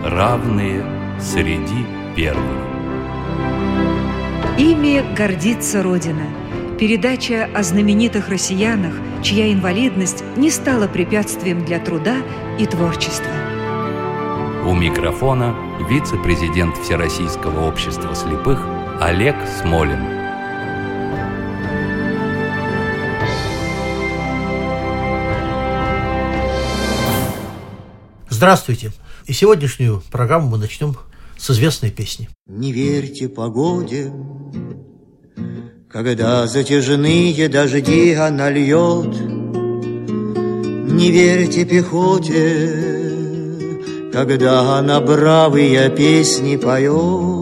равные среди первых. Ими гордится Родина. Передача о знаменитых россиянах, чья инвалидность не стала препятствием для труда и творчества. У микрофона вице-президент Всероссийского общества слепых Олег Смолин. Здравствуйте! И сегодняшнюю программу мы начнем с известной песни. Не верьте погоде, когда затяжные дожди она льет. Не верьте пехоте, когда она бравые песни поет.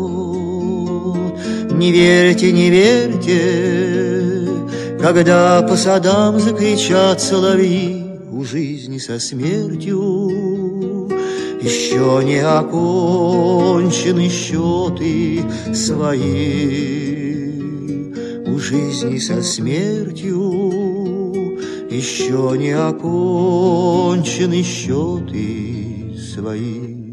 Не верьте, не верьте, когда по садам закричат соловьи. У жизни со смертью еще не окончены счеты свои. У жизни со смертью еще не окончены счеты свои.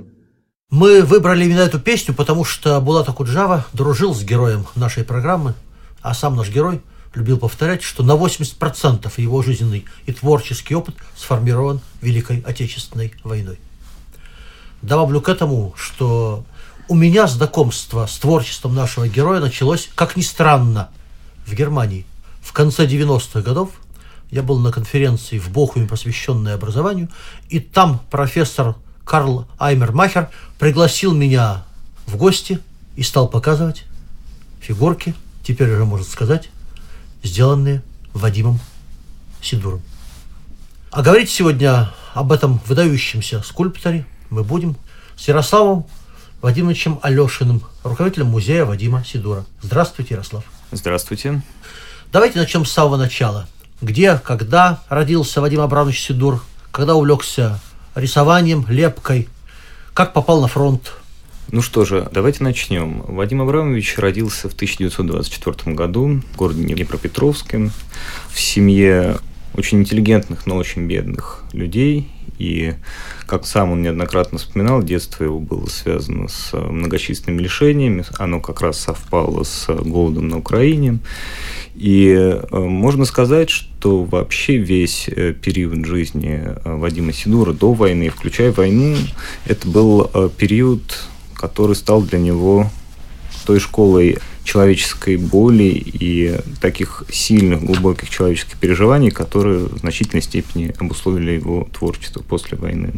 Мы выбрали именно эту песню, потому что Булат Акуджава дружил с героем нашей программы, а сам наш герой любил повторять, что на 80% его жизненный и творческий опыт сформирован Великой Отечественной войной. Добавлю к этому, что у меня знакомство с творчеством нашего героя началось, как ни странно, в Германии. В конце 90-х годов я был на конференции в Бохуме, посвященной образованию, и там профессор Карл Аймермахер пригласил меня в гости и стал показывать фигурки, теперь уже можно сказать, сделанные Вадимом Сидуром. А говорить сегодня об этом выдающемся скульпторе мы будем с Ярославом Вадимовичем Алешиным, руководителем музея Вадима Сидура. Здравствуйте, Ярослав. Здравствуйте. Давайте начнем с самого начала. Где, когда родился Вадим Абрамович Сидур, когда увлекся рисованием, лепкой, как попал на фронт? Ну что же, давайте начнем. Вадим Абрамович родился в 1924 году в городе Днепропетровске в семье очень интеллигентных, но очень бедных людей. И, как сам он неоднократно вспоминал, детство его было связано с многочисленными лишениями. Оно как раз совпало с голодом на Украине. И можно сказать, что вообще весь период жизни Вадима Сидура до войны, включая войну, это был период, который стал для него той школой человеческой боли и таких сильных, глубоких человеческих переживаний, которые в значительной степени обусловили его творчество после войны.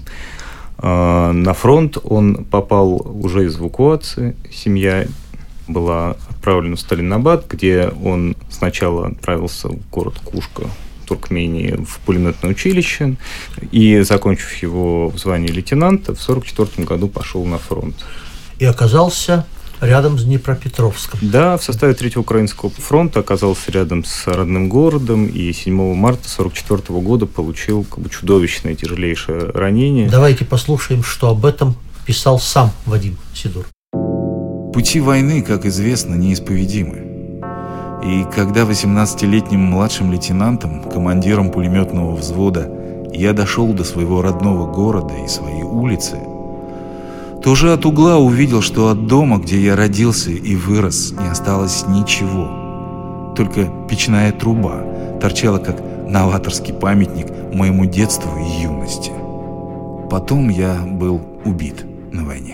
На фронт он попал уже из эвакуации. Семья была отправлена в Сталинабад, где он сначала отправился в город Кушка, Туркмении, в пулеметное училище, и, закончив его в звании лейтенанта, в 1944 году пошел на фронт. И оказался рядом с Днепропетровском. Да, в составе 3-го Украинского фронта оказался рядом с родным городом, и 7 марта 1944 года получил чудовищное, тяжелейшее ранение. Давайте послушаем, что об этом писал сам Вадим Сидур. Пути войны, как известно, неисповедимы. И когда 18-летним младшим лейтенантом, командиром пулеметного взвода, я дошел до своего родного города и своей улицы, то уже от угла увидел, что от дома, где я родился и вырос, не осталось ничего. Только печная труба торчала как новаторский памятник моему детству и юности. Потом я был убит на войне.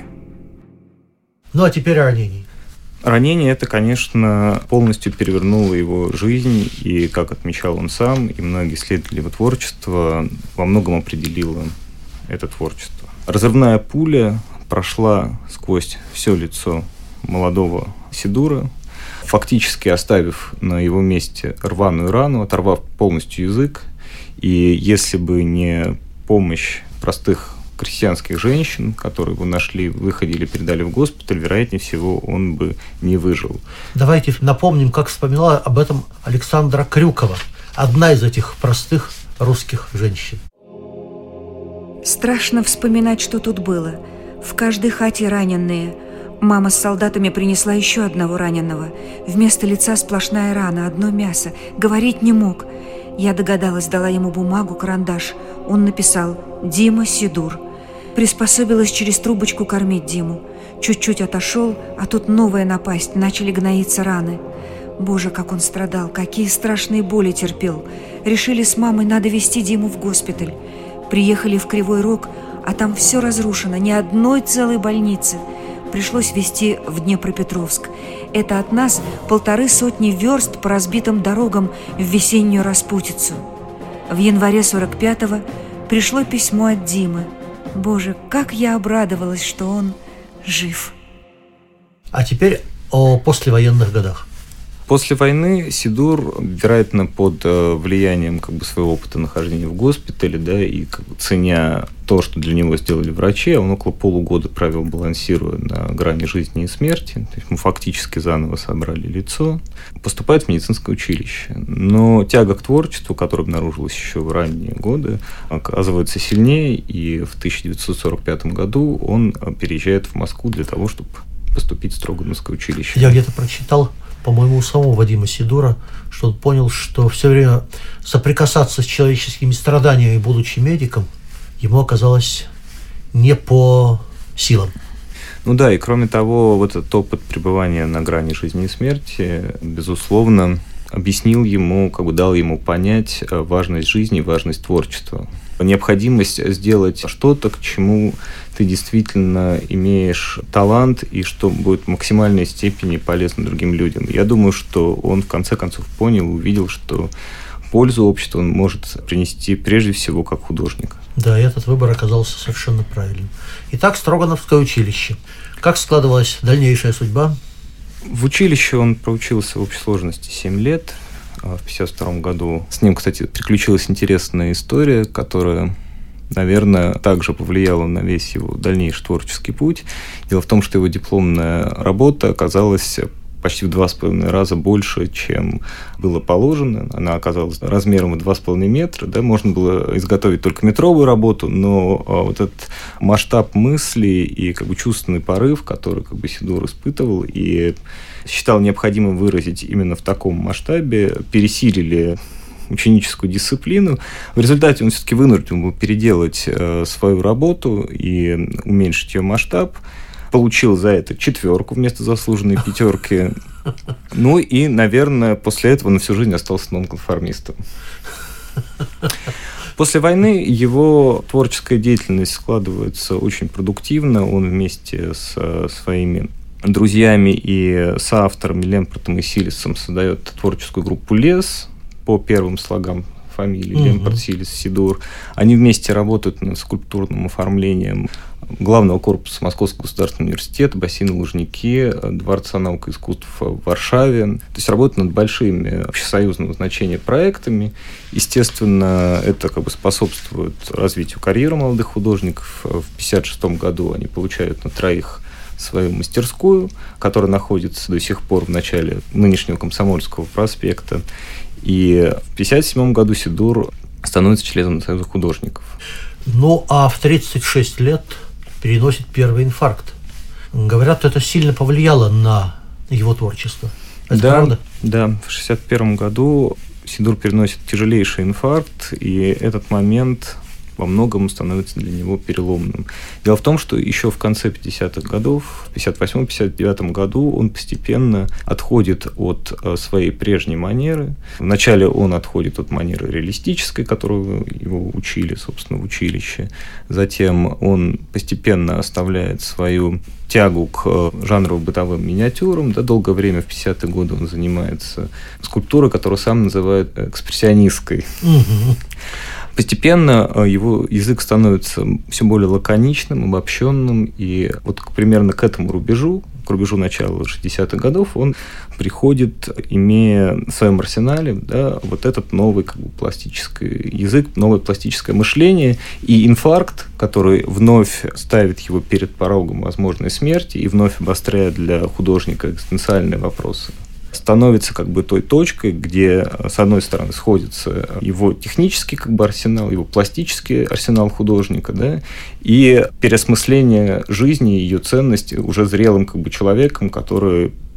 Ну а теперь о ранении. Ранение это, конечно, полностью перевернуло его жизнь, и, как отмечал он сам, и многие исследователи его творчества, во многом определило это творчество. Разрывная пуля прошла сквозь все лицо молодого Сидура, фактически оставив на его месте рваную рану, оторвав полностью язык. И если бы не помощь простых крестьянских женщин, которые его нашли, выходили, передали в госпиталь, вероятнее всего, он бы не выжил. Давайте напомним, как вспоминала об этом Александра Крюкова, одна из этих простых русских женщин. Страшно вспоминать, что тут было. В каждой хате раненые. Мама с солдатами принесла еще одного раненого. Вместо лица сплошная рана, одно мясо. Говорить не мог. Я догадалась, дала ему бумагу, карандаш. Он написал «Дима Сидур». Приспособилась через трубочку кормить Диму. Чуть-чуть отошел, а тут новая напасть, начали гноиться раны. Боже, как он страдал, какие страшные боли терпел. Решили с мамой, надо везти Диму в госпиталь. Приехали в Кривой Рог, а там все разрушено, ни одной целой больницы. Пришлось везти в Днепропетровск. Это от нас 150 верст по разбитым дорогам в весеннюю распутицу. В январе 45-го пришло письмо от Димы. Боже, как я обрадовалась, что он жив. А теперь о послевоенных годах. После войны Сидур, вероятно, под влиянием своего опыта нахождения в госпитале, да, и ценя то, что для него сделали врачи, он около полугода провел, балансируя на грани жизни и смерти. То есть мы фактически заново собрали лицо. Поступает в медицинское училище. Но тяга к творчеству, которая обнаружилась еще в ранние годы, оказывается сильнее, и в 1945 году он переезжает в Москву для того, чтобы поступить в Строгановское училище. Я где-то прочитал, по-моему, у самого Вадима Сидура, что он понял, что все время соприкасаться с человеческими страданиями, будучи медиком, ему оказалось не по силам. Ну да, и кроме того, вот этот опыт пребывания на грани жизни и смерти, безусловно, объяснил ему, дал ему понять важность жизни и важность творчества. Необходимость сделать что-то, к чему ты действительно имеешь талант и что будет в максимальной степени полезно другим людям. Я думаю, что он в конце концов понял, увидел, что пользу обществу он может принести прежде всего как художник. Да, и этот выбор оказался совершенно правильным. Итак, Строгановское училище. Как складывалась дальнейшая судьба? В училище он проучился в общей сложности 7 лет. В 1952 году с ним, кстати, приключилась интересная история, которая, наверное, также повлияла на весь его дальнейший творческий путь. Дело в том, что его дипломная работа оказалась почти в 2,5 раза больше, чем было положено. Она оказалась размером в 2,5 метра. Да? Можно было изготовить только метровую работу, но вот этот масштаб мыслей и чувственный порыв, который Сидур испытывал и считал необходимым выразить именно в таком масштабе, пересилили ученическую дисциплину. В результате он все-таки вынужден был переделать свою работу и уменьшить ее масштаб. Получил за это 4 вместо заслуженной 5. Ну и, наверное, после этого на всю жизнь остался нонконформистом. После войны его творческая деятельность складывается очень продуктивно. Он вместе с своими друзьями и соавторами Лемпортом и Силисом создает творческую группу «Лес» по первым слогам фамилии Лемпорт, Силис, Сидур. Они вместе работают над скульптурным оформлением главного корпуса Московского государственного университета, бассейна Лужники, Дворца наук и искусств в Варшаве. То есть работают над большими общесоюзного значения проектами. Естественно, это способствует развитию карьеры молодых художников. В 1956 году они получают на 3 свою мастерскую, которая находится до сих пор в начале нынешнего Комсомольского проспекта. И в 1957 году Сидур становится членом Союза художников. Ну, а в 36 лет переносит первый инфаркт. Говорят, это сильно повлияло на его творчество. Это правда? Да. В 1961 году Сидур переносит тяжелейший инфаркт, и этот момент во многом становится для него переломным. Дело в том, что еще в конце 50-х годов, в 58-59 году, он постепенно отходит от своей прежней манеры. Вначале он отходит от манеры реалистической, которую его учили, собственно, в училище. Затем он постепенно оставляет свою тягу к жанрово-бытовым миниатюрам. Да, долгое время, в 50-е годы, он занимается скульптурой, которую сам называет экспрессионистской. Постепенно его язык становится все более лаконичным, обобщенным, и вот примерно к этому рубежу, к рубежу начала 60-х годов, он приходит, имея в своем арсенале, да, вот этот новый пластический язык, новое пластическое мышление, и инфаркт, который вновь ставит его перед порогом возможной смерти и вновь обостряет для художника экзистенциальные вопросы, становится той точкой, где, с одной стороны, сходится его технический арсенал, его пластический арсенал художника, да, и переосмысление жизни, ее ценности уже зрелым человеком, который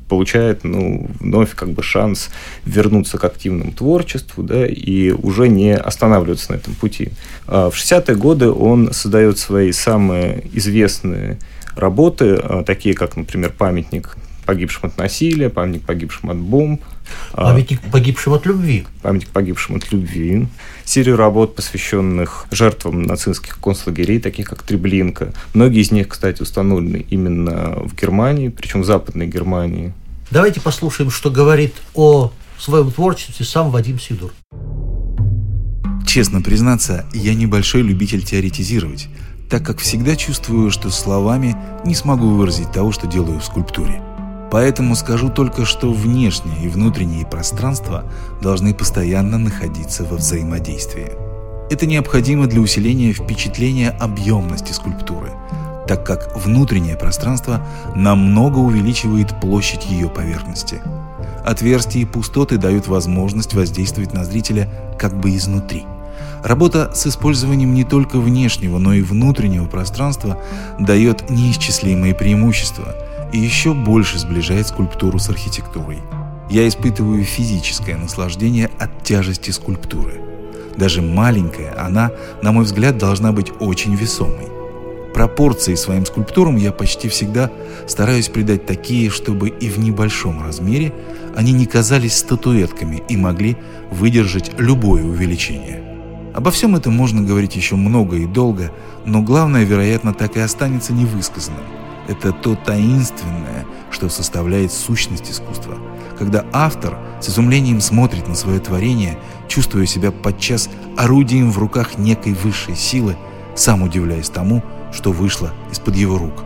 получает вновь шанс вернуться к активному творчеству, да, и уже не останавливаться на этом пути. В 60-е годы он создает свои самые известные работы, такие как, например, «Памятник погибшим от насилия», «Памятник погибшим от бомб», «Памятник погибшим от любви». «Памятник погибшим от любви». Серию работ, посвященных жертвам нацистских концлагерей, таких как Треблинка. Многие из них, кстати, установлены именно в Германии, причем в Западной Германии. Давайте послушаем, что говорит о своем творчестве сам Вадим Сидор. Честно признаться, я небольшой любитель теоретизировать, так как всегда чувствую, что словами не смогу выразить того, что делаю в скульптуре. Поэтому скажу только, что внешнее и внутреннее пространство должны постоянно находиться во взаимодействии. Это необходимо для усиления впечатления объемности скульптуры, так как внутреннее пространство намного увеличивает площадь ее поверхности. Отверстия и пустоты дают возможность воздействовать на зрителя как бы изнутри. Работа с использованием не только внешнего, но и внутреннего пространства дает неисчислимые преимущества и еще больше сближает скульптуру с архитектурой. Я испытываю физическое наслаждение от тяжести скульптуры. Даже маленькая, она, на мой взгляд, должна быть очень весомой. Пропорции своим скульптурам я почти всегда стараюсь придать такие, чтобы и в небольшом размере они не казались статуэтками и могли выдержать любое увеличение. Обо всем этом можно говорить еще много и долго, но главное, вероятно, так и останется невысказанным. Это то таинственное, что составляет сущность искусства, когда автор с изумлением смотрит на свое творение, чувствуя себя подчас орудием в руках некой высшей силы, сам удивляясь тому, что вышло из-под его рук.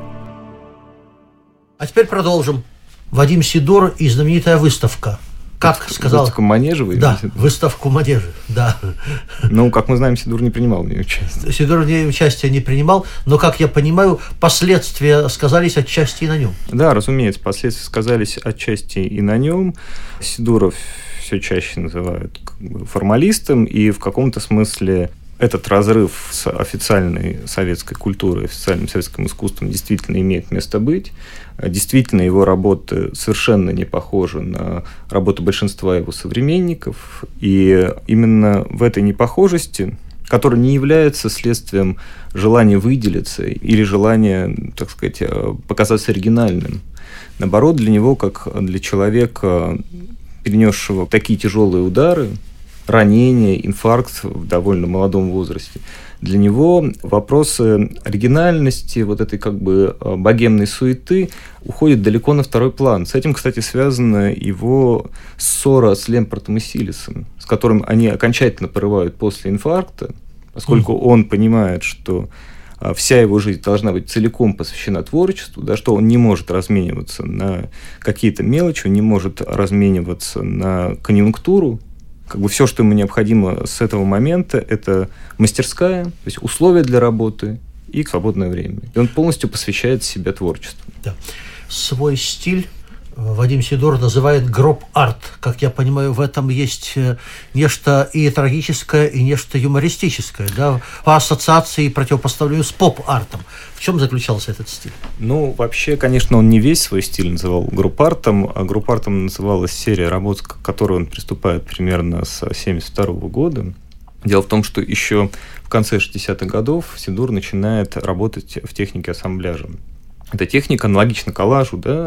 А теперь продолжим. Вадим Сидор и знаменитая выставка. Как сказал... Выставку Манежа? Да, выставку Манежа, да. Как мы знаем, Сидор не принимал в ней участие. Сидор в ней участие не принимал, но, как я понимаю, последствия сказались отчасти и на нем. Да, разумеется, последствия сказались отчасти и на нем. Сидоров все чаще называют формалистом, и в каком-то смысле этот разрыв с официальной советской культурой, официальным советским искусством действительно имеет место быть. Действительно, его работы совершенно не похожи на работу большинства его современников. И именно в этой непохожести, которая не является следствием желания выделиться или желания, так сказать, показаться оригинальным. Наоборот, для него, как для человека, перенесшего такие тяжелые удары, ранение, инфаркт в довольно молодом возрасте, для него вопросы оригинальности, вот этой богемной суеты уходят далеко на второй план. С этим, кстати, связана его ссора с Лемпортом и Силисом, с которым они окончательно порывают после инфаркта, поскольку он понимает, что вся его жизнь должна быть целиком посвящена творчеству, да, что он не может размениваться на какие-то мелочи, он не может размениваться на конъюнктуру. Все, что ему необходимо с этого момента, это мастерская, то есть условия для работы и свободное время. И он полностью посвящает себя творчеству. Да. Свой стиль Вадим Сидор называет гроб-арт. Как я понимаю, в этом есть нечто и трагическое, и нечто юмористическое, да, по ассоциации и противопоставлению с поп-артом. В чем заключался этот стиль? Вообще, конечно, он не весь свой стиль называл гроб-артом, а гроб-артом называлась серия работ, к которой он приступает примерно с 1972 года. Дело в том, что еще в конце 60-х годов Сидор начинает работать в технике ассамбляжа. Эта техника, аналогично коллажу, да,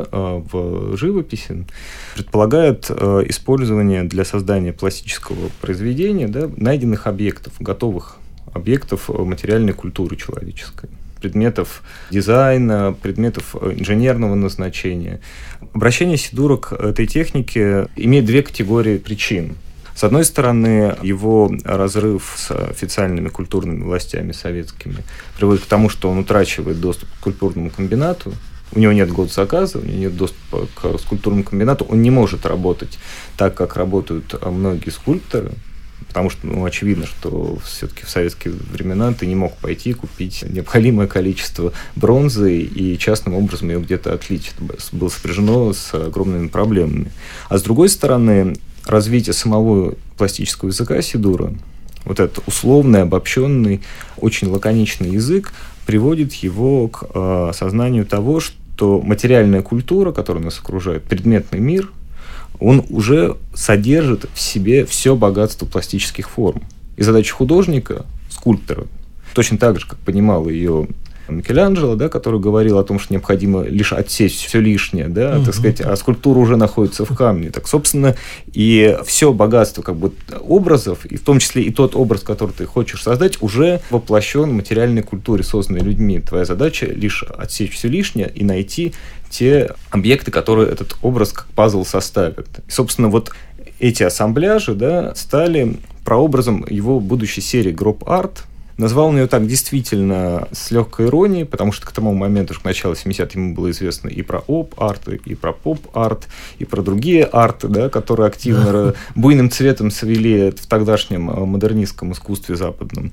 в живописи, предполагает использование для создания пластического произведения, да, найденных объектов, готовых объектов материальной культуры человеческой, предметов дизайна, предметов инженерного назначения. Обращение Сидора к этой технике имеет две категории причин. С одной стороны, его разрыв с официальными культурными властями советскими приводит к тому, что он утрачивает доступ к скульптурному комбинату. У него нет госзаказа, у него нет доступа к скульптурному комбинату. Он не может работать так, как работают многие скульпторы, потому что, очевидно, что все-таки в советские времена ты не мог пойти купить необходимое количество бронзы и частным образом ее где-то отлить. Это было сопряжено с огромными проблемами. А с другой стороны, развитие самого пластического языка Сидора, вот этот условный, обобщенный, очень лаконичный язык, приводит его к осознанию того, что материальная культура, которая нас окружает, предметный мир, он уже содержит в себе все богатство пластических форм. И задача художника, скульптора, точно так же, как понимал ее Микеланджело, да, который говорил о том, что необходимо лишь отсечь все лишнее, да, так сказать, а скульптура уже находится в камне. Так, собственно, и все богатство как бы образов, и в том числе и тот образ, который ты хочешь создать, уже воплощен в материальной культуре, созданной людьми. Твоя задача лишь отсечь все лишнее и найти те объекты, которые этот образ как пазл составят. И, собственно, вот эти ассамбляжи, да, стали прообразом его будущей серии «Гроб-арт». Назвал он ее так действительно с легкой иронией, потому что к тому моменту, к началу 70-х, ему было известно и про оп-арт, и про поп-арт, и про другие арты, да, которые активно буйным цветом свели в тогдашнем модернистском искусстве западном.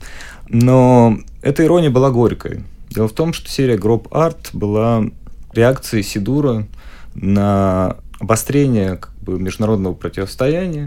Но эта ирония была горькой. Дело в том, что серия «Гроб-арт» была реакцией Сидура на обострение как бы международного противостояния,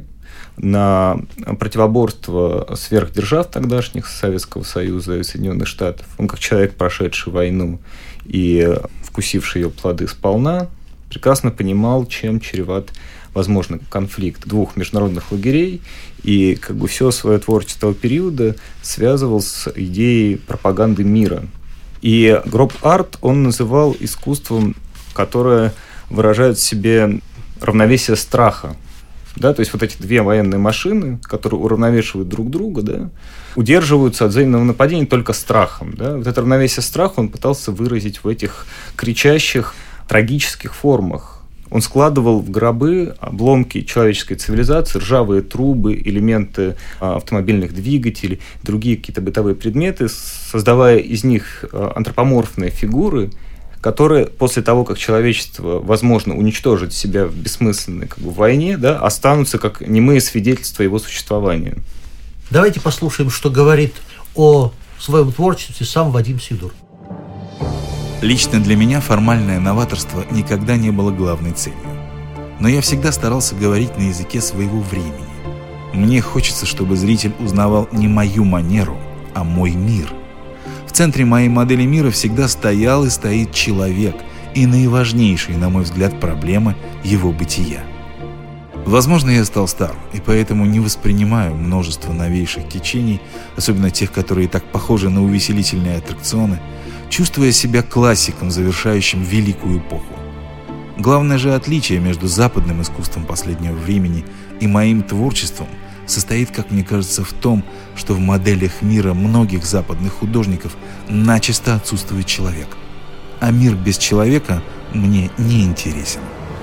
на противоборство сверхдержав тогдашних, Советского Союза и Соединенных Штатов. Он, как человек, прошедший войну и вкусивший ее плоды сполна, прекрасно понимал, чем чреват возможный конфликт двух международных лагерей, и как бы все свое творчество периода связывал с идеей пропаганды мира. И гроб-арт он называл искусством, которое выражает в себе равновесие страха. Да, то есть вот эти две военные машины, которые уравновешивают друг друга, да, удерживаются от взаимного нападения только страхом. Да. Вот это равновесие страха он пытался выразить в этих кричащих, трагических формах. Он складывал в гробы обломки человеческой цивилизации, ржавые трубы, элементы автомобильных двигателей, другие какие-то бытовые предметы, создавая из них антропоморфные фигуры, которые после того, как человечество, возможно, уничтожит себя в бессмысленной как бы войне, да, останутся как немые свидетельства его существования. Давайте послушаем, что говорит о своем творчестве сам Вадим Сидур. Лично для меня формальное новаторство никогда не было главной целью. Но я всегда старался говорить на языке своего времени. Мне хочется, чтобы зритель узнавал не мою манеру, а мой мир. В центре моей модели мира всегда стоял и стоит человек и наиважнейшие, на мой взгляд, проблемы его бытия. Возможно, я стал старым, и поэтому не воспринимаю множество новейших течений, особенно тех, которые так похожи на увеселительные аттракционы, чувствуя себя классиком, завершающим великую эпоху. Главное же отличие между западным искусством последнего времени и моим творчеством состоит, как мне кажется, в том, что в моделях мира многих западных художников начисто отсутствует человек. А мир без человека мне не интересен.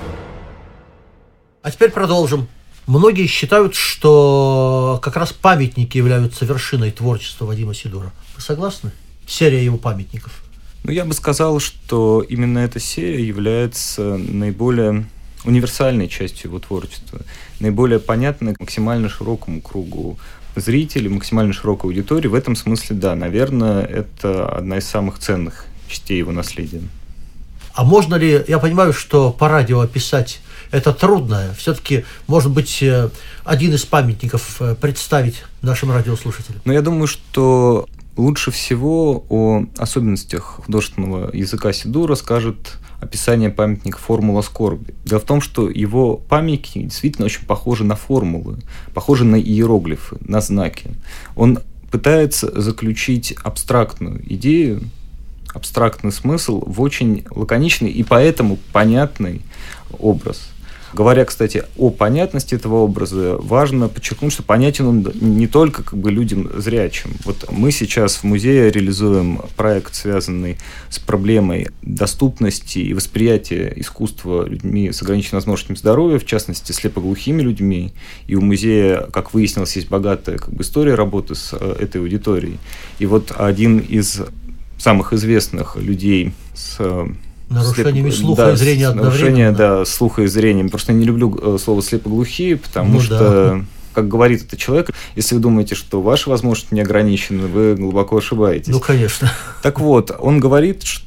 А теперь продолжим. Многие считают, что как раз памятники являются вершиной творчества Вадима Сидура. Вы согласны? Серия его памятников. Ну, я бы сказал, что именно эта серия является наиболее универсальной частью его творчества, наиболее понятной максимально широкому кругу зрителей, максимально широкой аудитории. В этом смысле, да, наверное, это одна из самых ценных частей его наследия. А можно ли, я понимаю, что по радио описать это трудно, все-таки, может быть, один из памятников представить нашим радиослушателям? Но я думаю, что лучше всего о особенностях художественного языка Сидура скажет описание памятника «Формула скорби». Дело в том, что его памятники действительно очень похожи на формулы, похожи на иероглифы, на знаки. Он пытается заключить абстрактную идею, абстрактный смысл в очень лаконичный и поэтому понятный образ. Говоря, кстати, о понятности этого образа, важно подчеркнуть, что понятен он не только как бы людям зрячим. Вот мы сейчас в музее реализуем проект, связанный с проблемой доступности и восприятия искусства людьми с ограниченными возможностями здоровья, в частности, слепоглухими людьми. И у музея, как выяснилось, есть богатая как бы история работы с этой аудиторией. И вот один из самых известных людей с нарушениями слуха и зрения одновременно. Нарушение, да, слуха и зрения. Просто я не люблю слово «слепоглухие», потому что, как говорит этот человек, если вы думаете, что ваши возможности не ограничены, вы глубоко ошибаетесь. Ну, конечно. Так вот, он говорит, что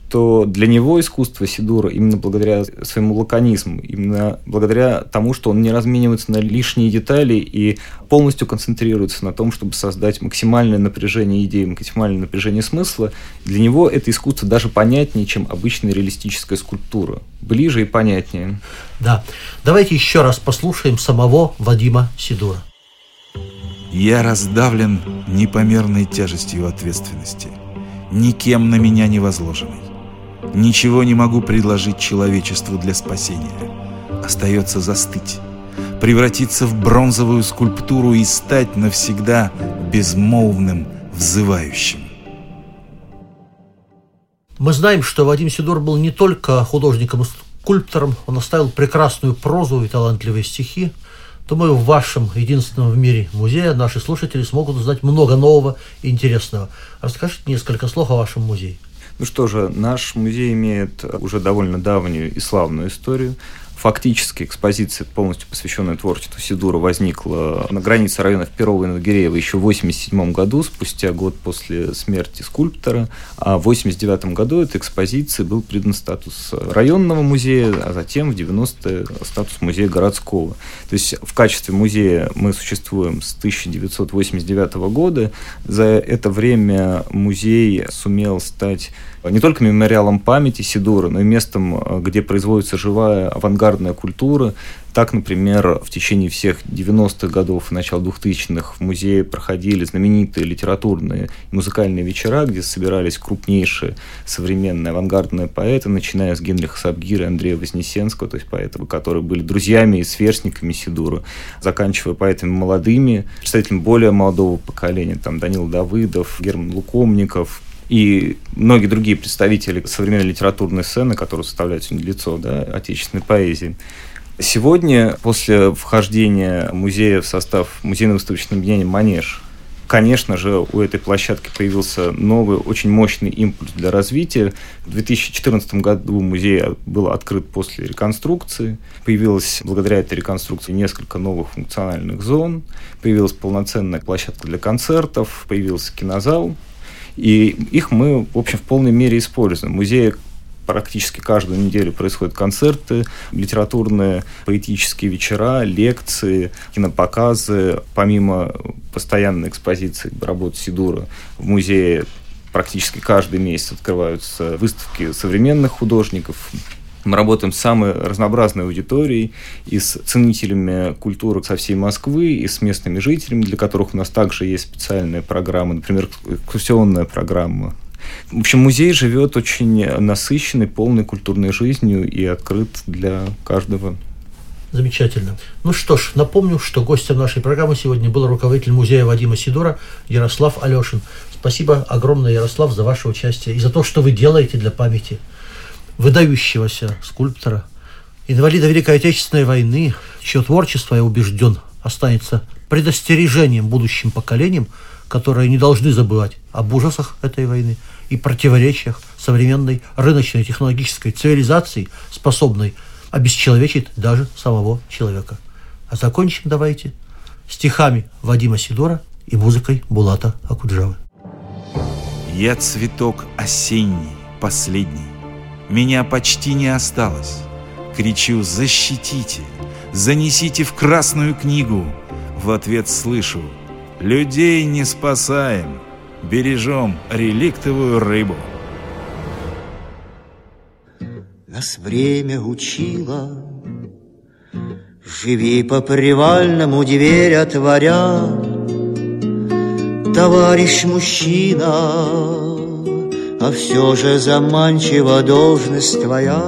что для него искусство Сидура именно благодаря своему лаконизму, именно благодаря тому, что он не разменивается на лишние детали и полностью концентрируется на том, чтобы создать максимальное напряжение идей, максимальное напряжение смысла, для него это искусство даже понятнее, чем обычная реалистическая скульптура. Ближе и понятнее. Да. Давайте еще раз послушаем самого Вадима Сидура. Я раздавлен непомерной тяжестью ответственности, никем на меня не возложенной. Ничего не могу предложить человечеству для спасения. Остается застыть, превратиться в бронзовую скульптуру и стать навсегда безмолвным взывающим. Мы знаем, что Вадим Сидур был не только художником и скульптором, он оставил прекрасную прозу и талантливые стихи. Думаю, в вашем единственном в мире музее наши слушатели смогут узнать много нового и интересного. Расскажите несколько слов о вашем музее. Ну что же, наш музей имеет уже довольно давнюю и славную историю. Фактически экспозиция, полностью посвященная творчеству Сидура, возникла на границе районов Перова и Новогиреева еще в 1987 году, спустя год после смерти скульптора. А в 1989 году этой экспозиции был придан статус районного музея, а затем в 90-е статус музея городского. То есть в качестве музея мы существуем с 1989 года. За это время музей сумел стать не только мемориалом памяти Сидура, но и местом, где производится живая авангардная культура. Так, например, в течение всех 90-х годов и начала 2000-х в музее проходили знаменитые литературные и музыкальные вечера, где собирались крупнейшие современные авангардные поэты, начиная с Генриха Сабгира и Андрея Вознесенского, то есть поэтов, которые были друзьями и сверстниками Сидура, заканчивая поэтами молодыми, представителями более молодого поколения, там Данил Давыдов, Герман Лукомников, и многие другие представители современной литературной сцены, которые составляют сегодня лицо, да, отечественной поэзии. Сегодня, после вхождения музея в состав музейно-выставочного объединения «Манеж», конечно же, у этой площадки появился новый, очень мощный импульс для развития. В 2014 году музей был открыт после реконструкции. Появилось, благодаря этой реконструкции, несколько новых функциональных зон. Появилась полноценная площадка для концертов, появился кинозал. И их мы, в общем, в полной мере используем. В музее практически каждую неделю происходят концерты, литературные, поэтические вечера, лекции, кинопоказы. Помимо постоянной экспозиции работ Сидура, в музее практически каждый месяц открываются выставки современных художников. Мы работаем с самой разнообразной аудиторией, и с ценителями культуры со всей Москвы, и с местными жителями, для которых у нас также есть специальные программы, например, экскурсионная программа. В общем, музей живет очень насыщенной, полной культурной жизнью и открыт для каждого. Замечательно. Ну что ж, напомню, что гостем нашей программы сегодня был руководитель музея Вадима Сидура Ярослав Алешин. Спасибо огромное, Ярослав, за ваше участие и за то, что вы делаете для памяти выдающегося скульптора, инвалида Великой Отечественной войны, чье творчество, я убежден, останется предостережением будущим поколениям, которые не должны забывать об ужасах этой войны и противоречиях современной рыночной технологической цивилизации, способной обесчеловечить даже самого человека. А закончим давайте стихами Вадима Сидура и музыкой Булата Акуджавы. Я цветок осенний, последний. Меня почти не осталось. Кричу: защитите, занесите в Красную книгу. В ответ слышу: людей не спасаем, бережем реликтовую рыбу. Нас время учило, живи по привальному, дверь отворя. Товарищ мужчина, а все же заманчива должность твоя.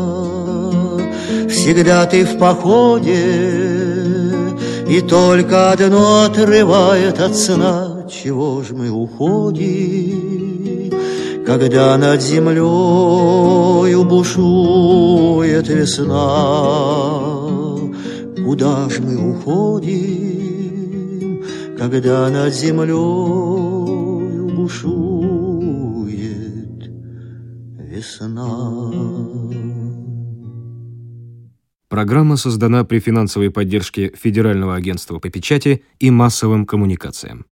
Всегда ты в походе, и только одно отрывает от сна. Чего ж мы уходим, когда над землею бушует весна? Куда ж мы уходим, когда над землею бушует весна? Программа создана при финансовой поддержке Федерального агентства по печати и массовым коммуникациям.